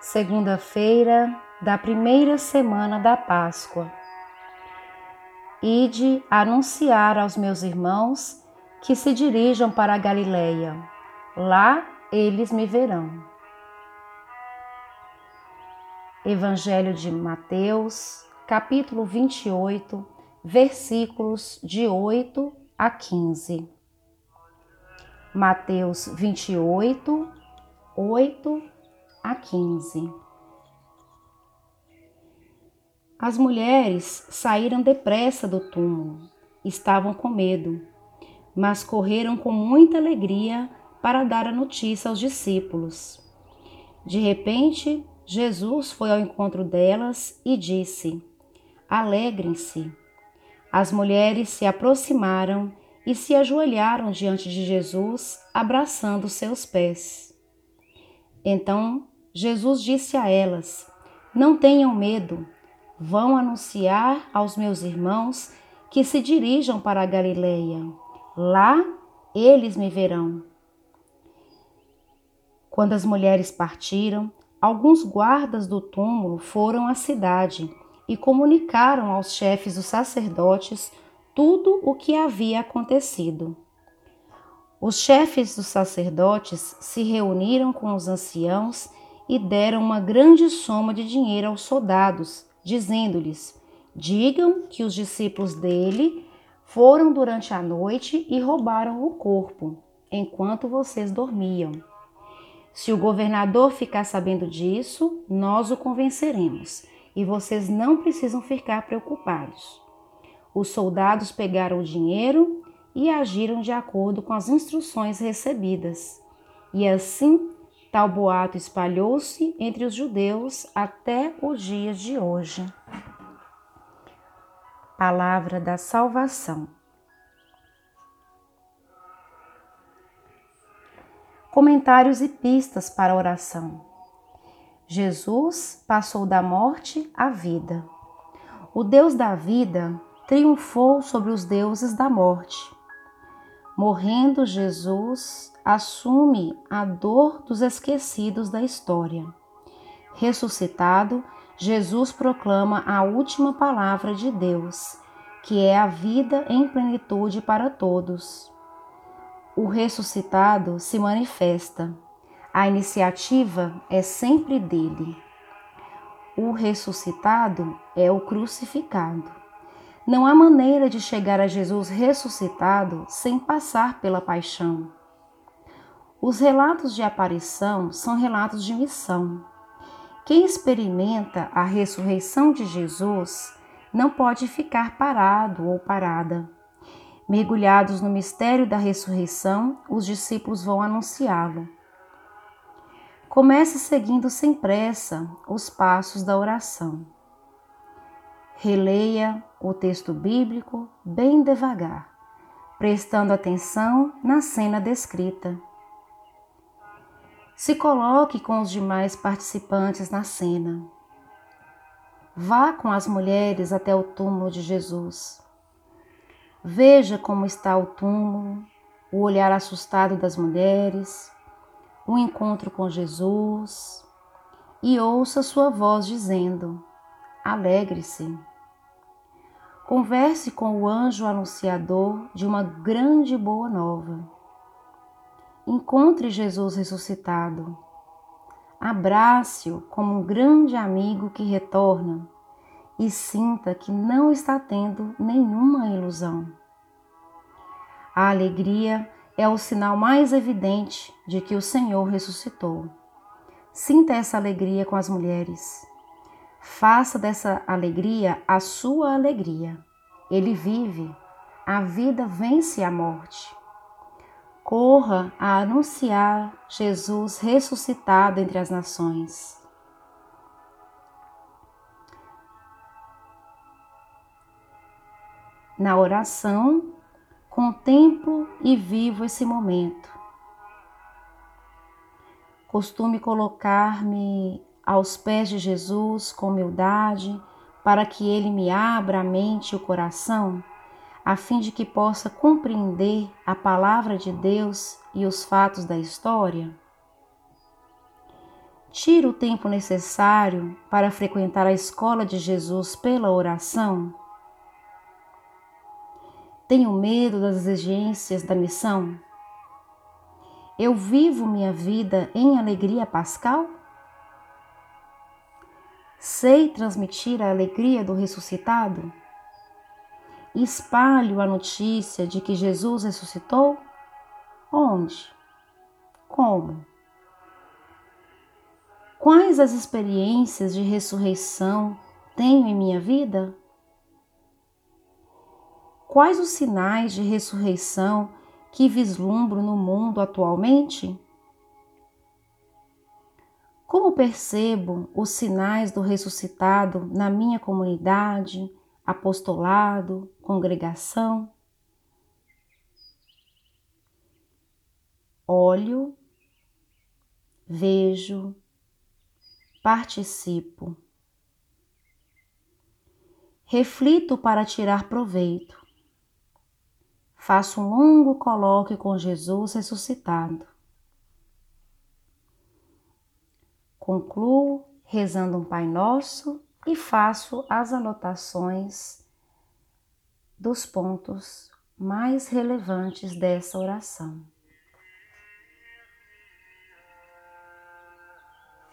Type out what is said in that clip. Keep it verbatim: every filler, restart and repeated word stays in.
Segunda-feira da primeira semana da Páscoa. Ide anunciar aos meus irmãos que se dirijam para a Galileia. Lá eles me verão. Evangelho de Mateus, capítulo vinte e oito, versículos de oito a quinze. Mateus vinte e oito, oito a quinze. As mulheres saíram depressa do túmulo, estavam com medo, mas correram com muita alegria para dar a notícia aos discípulos. De repente, Jesus foi ao encontro delas e disse: Alegrem-se. As mulheres se aproximaram e se ajoelharam diante de Jesus, abraçando seus pés. Então, Jesus disse a elas: Não tenham medo. Vão anunciar aos meus irmãos que se dirijam para a Galileia. Lá eles me verão. Quando as mulheres partiram, alguns guardas do túmulo foram à cidade e comunicaram aos chefes dos sacerdotes tudo o que havia acontecido. Os chefes dos sacerdotes se reuniram com os anciãos e deram uma grande soma de dinheiro aos soldados, dizendo-lhes: digam que os discípulos dele foram durante a noite e roubaram o corpo, enquanto vocês dormiam. Se o governador ficar sabendo disso, nós o convenceremos, e vocês não precisam ficar preocupados. Os soldados pegaram o dinheiro e agiram de acordo com as instruções recebidas. E assim, tal boato espalhou-se entre os judeus até os dias de hoje. Palavra da salvação. Comentários e pistas para a oração. Jesus passou da morte à vida. O Deus da vida triunfou sobre os deuses da morte. Morrendo, Jesus assume a dor dos esquecidos da história. Ressuscitado, Jesus proclama a última palavra de Deus, que é a vida em plenitude para todos. O ressuscitado se manifesta. A iniciativa é sempre dele. O ressuscitado é o crucificado. Não há maneira de chegar a Jesus ressuscitado sem passar pela paixão. Os relatos de aparição são relatos de missão. Quem experimenta a ressurreição de Jesus não pode ficar parado ou parada. Mergulhados no mistério da ressurreição, os discípulos vão anunciá-lo. Comece seguindo sem pressa os passos da oração. Releia o texto bíblico bem devagar, prestando atenção na cena descrita. Se coloque com os demais participantes na cena. Vá com as mulheres até o túmulo de Jesus. Veja como está o túmulo, o olhar assustado das mulheres, o encontro com Jesus e ouça sua voz dizendo: alegre-se. Converse com o anjo anunciador de uma grande boa nova. Encontre Jesus ressuscitado. Abrace-o como um grande amigo que retorna e sinta que não está tendo nenhuma ilusão. A alegria é o sinal mais evidente de que o Senhor ressuscitou. Sinta essa alegria com as mulheres. Faça dessa alegria a sua alegria. Ele vive. A vida vence a morte. Corra a anunciar Jesus ressuscitado entre as nações. Na oração, contemplo e vivo esse momento. Costume colocar-me aos pés de Jesus com humildade, para que Ele me abra a mente e o coração, a fim de que possa compreender a palavra de Deus e os fatos da história? Tiro o tempo necessário para frequentar a escola de Jesus pela oração? Tenho medo das exigências da missão? Eu vivo minha vida em alegria pascal? Sei transmitir a alegria do ressuscitado? Espalho a notícia de que Jesus ressuscitou? Onde? Como? Quais as experiências de ressurreição tenho em minha vida? Quais os sinais de ressurreição que vislumbro no mundo atualmente? Como percebo os sinais do ressuscitado na minha comunidade, apostolado, congregação? Olho, vejo, participo. Reflito para tirar proveito. Faço um longo colóquio com Jesus ressuscitado. Concluo rezando um Pai Nosso e faço as anotações dos pontos mais relevantes dessa oração.